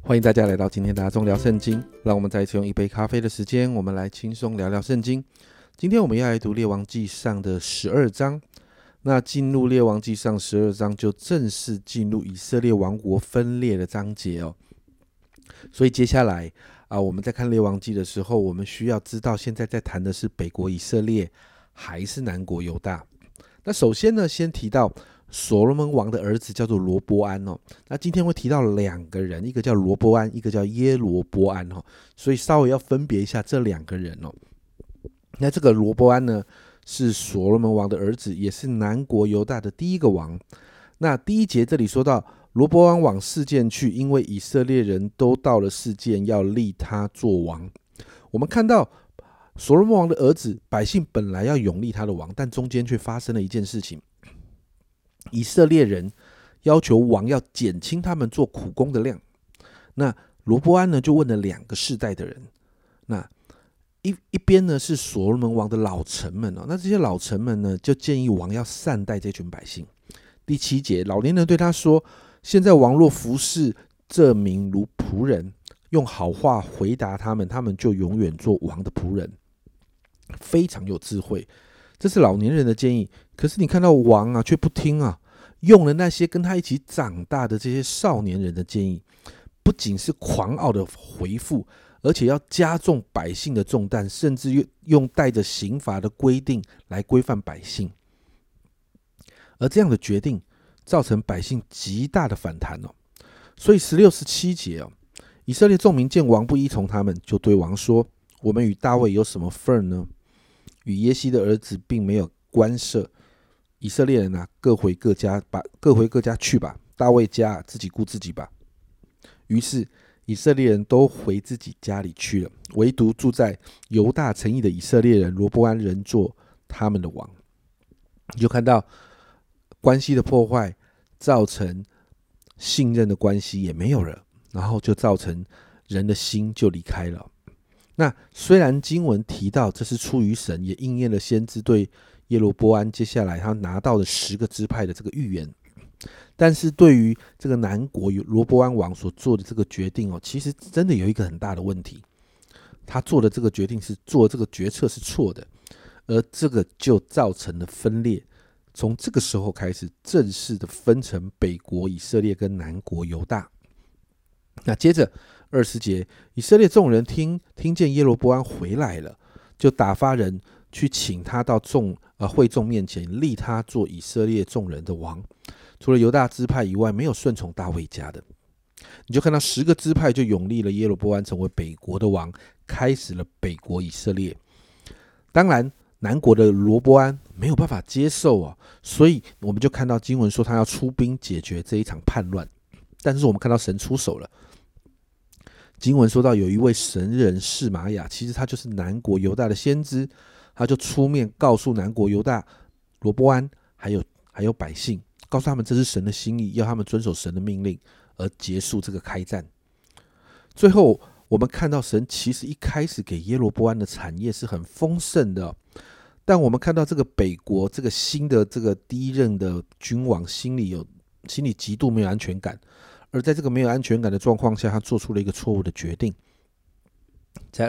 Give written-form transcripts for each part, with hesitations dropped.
欢迎大家来到今天的阿忠聊圣经，让我们再一次用一杯咖啡的时间，我们来轻松聊聊圣经。今天我们要来读列王纪上的12章。那进入列王纪上12章，就正式进入以色列王国分裂的章节哦。所以接下来我们在看列王纪的时候，我们需要知道现在在谈的是北国以色列还是南国犹大。那首先呢，先提到所罗门王的儿子叫做罗波安哦。那今天会提到两个人，一个叫罗波安，一个叫耶罗波安哦。所以稍微要分别一下这两个人哦。那这个罗波安呢，是所罗门王的儿子，也是南国犹大的第一个王。那第一节这里说到，罗波安往示剑去，因为以色列人都到了示剑，要立他做王。我们看到所罗门王的儿子，百姓本来要拥立他的王，但中间却发生了一件事情。以色列人要求王要减轻他们做苦工的量。那罗波安呢，就问了两个世代的人。那一边呢是所罗门王的老臣们哦，那这些老臣们呢，就建议王要善待这群百姓。第7节，老年人对他说：“现在王若服侍这民如仆人，用好话回答他们，他们就永远做王的仆人。”非常有智慧，这是老年人的建议。可是你看到王却不听用了那些跟他一起长大的这些少年人的建议，不仅是狂傲的回复，而且要加重百姓的重担，甚至用带着刑罚的规定来规范百姓。而这样的决定造成百姓极大的反弹所以16、17节以色列众民见王不依从他们，就对王说：“我们与大卫有什么份呢？与耶西的儿子并没有关涉。以色列人各回各家去吧，大卫家自己顾自己吧。”于是以色列人都回自己家里去了，唯独住在犹大城邑的以色列人罗波安仍做他们的王。你就看到关系的破坏，造成信任的关系也没有了，然后就造成人的心就离开了。那虽然经文提到这是出于神，也应验了先知对耶罗波安接下来他拿到了10个支派的这个预言，但是对于这个南国罗波安王所做的这个决定其实真的有一个很大的问题。他做的这个决定做这个决策是错的，而这个就造成了分裂。从这个时候开始，正式的分成北国以色列跟南国犹大。那接着20节，以色列众人听见耶罗波安回来了，就打发人去请他到会众面前，立他做以色列众人的王。除了犹大支派以外，没有顺从大卫家的。你就看到10个支派就拥立了耶罗波安成为北国的王，开始了北国以色列。当然南国的罗波安没有办法接受所以我们就看到经文说他要出兵解决这一场叛乱。但是我们看到神出手了。经文说到有一位神人示玛雅，其实他就是南国犹大的先知，他就出面告诉南国犹大罗波安还有百姓，告诉他们这是神的心意，要他们遵守神的命令，而结束这个开战。最后我们看到神其实一开始给耶罗波安的产业是很丰盛的，但我们看到这个北国这个新的这个第一任的君王心里极度没有安全感，而在这个没有安全感的状况下，他做出了一个错误的决定。在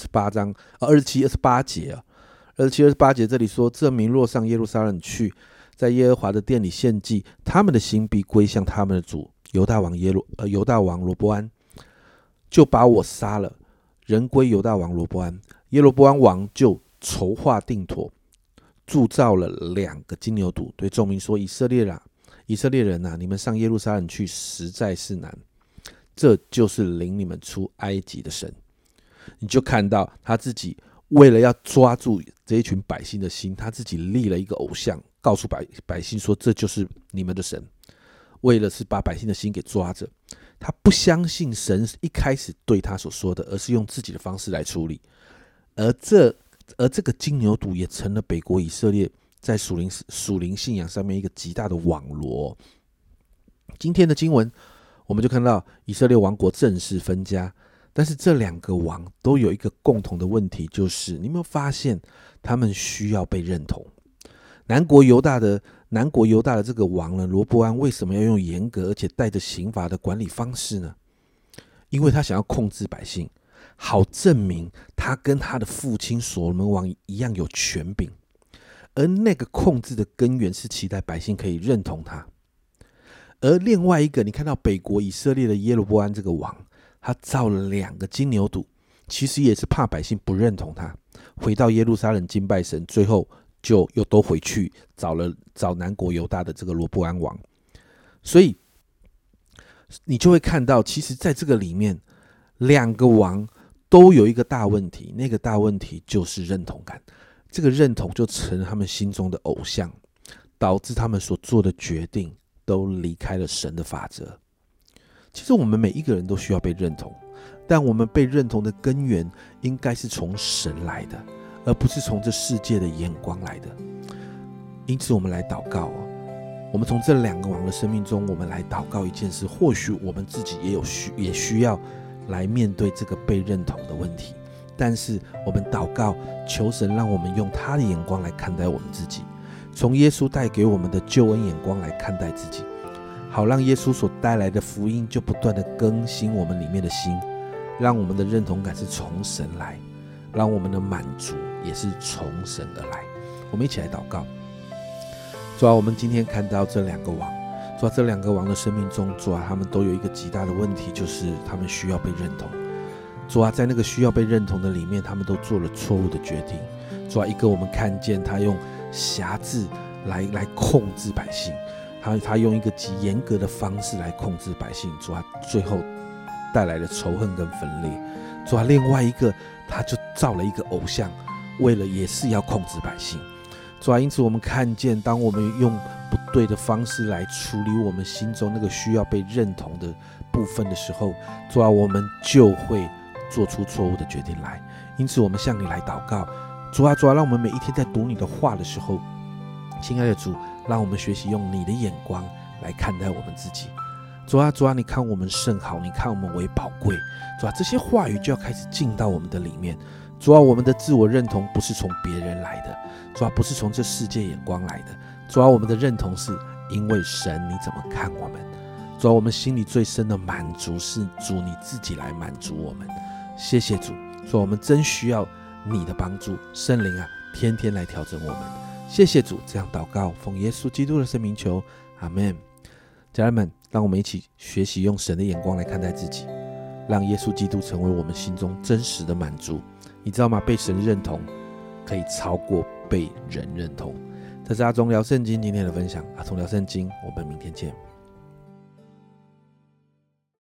27、28节27、28节这里说：“这民若上耶路撒冷去，在耶和华的殿里献祭，他们的心必归向他们的主犹大王罗波安，就把我杀了，人归犹大王罗波安。耶罗波安王就筹划定妥，铸造了2个金牛犊，对众民说：以色列人你们上耶路撒冷去实在是难，这就是领你们出埃及的神。”你就看到他自己为了要抓住这一群百姓的心，他自己立了一个偶像，告诉百姓说这就是你们的神，为了是把百姓的心给抓着。他不相信神一开始对他所说的，而是用自己的方式来处理。而这个金牛犊也成了北国以色列在属灵信仰上面一个极大的网罗。今天的经文我们就看到以色列王国正式分家，但是这2个王都有一个共同的问题，就是你有没有发现他们需要被认同？南国犹大的这个王呢，罗波安为什么要用严格而且带着刑罚的管理方式呢？ 因为他想要控制百姓，好证明他跟他的父亲所罗门王一样有权柄。而那个控制的根源是期待百姓可以认同他。而另外一个，你看到北国以色列的耶罗波安这个王，他造了2个金牛犊，其实也是怕百姓不认同他，回到耶路撒冷敬拜神，最后就又都回去找南国犹大的这个罗波安王。所以你就会看到，其实在这个里面，2个王都有一个大问题，那个大问题就是认同感。这个认同就成了他们心中的偶像，导致他们所做的决定都离开了神的法则。其实我们每一个人都需要被认同，但我们被认同的根源应该是从神来的，而不是从这世界的眼光来的。因此我们来祷告，我们从这2个王的生命中，我们来祷告一件事，或许我们自己也需要来面对这个被认同的问题。但是我们祷告，求神让我们用他的眼光来看待我们自己，从耶稣带给我们的救恩眼光来看待自己，好让耶稣所带来的福音就不断的更新我们里面的心，让我们的认同感是从神来，让我们的满足也是从神而来。我们一起来祷告。主啊，我们今天看到这2个王，主啊，这2个王的生命中，主啊，他们都有一个极大的问题，就是他们需要被认同。主啊，在那个需要被认同的里面，他们都做了错误的决定。主啊，一个我们看见他用辖制来控制百姓，他用一个极严格的方式来控制百姓。主啊，最后带来了仇恨跟分裂。主啊，另外一个他就造了一个偶像，为了也是要控制百姓。主啊，因此我们看见，当我们用不对的方式来处理我们心中那个需要被认同的部分的时候，主啊，我们就会做出错误的决定来。因此我们向你来祷告，主啊，让我们每一天在读你的话的时候，亲爱的主，让我们学习用你的眼光来看待我们自己。主啊，你看我们甚好，你看我们为宝贵。主啊，这些话语就要开始进到我们的里面。主啊，我们的自我认同不是从别人来的，主啊，不是从这世界眼光来的。主啊，我们的认同是因为神你怎么看我们。主啊，我们心里最深的满足是主你自己来满足我们。谢谢主，主啊，我们真需要你的帮助，圣灵啊，天天来调整我们。谢谢主，这样祷告，奉耶稣基督的圣名求，阿们。家人们，让我们一起学习用神的眼光来看待自己，让耶稣基督成为我们心中真实的满足。你知道吗？被神认同可以超过被人认同。这是阿忠聊圣经今天的分享，阿忠聊圣经，我们明天见。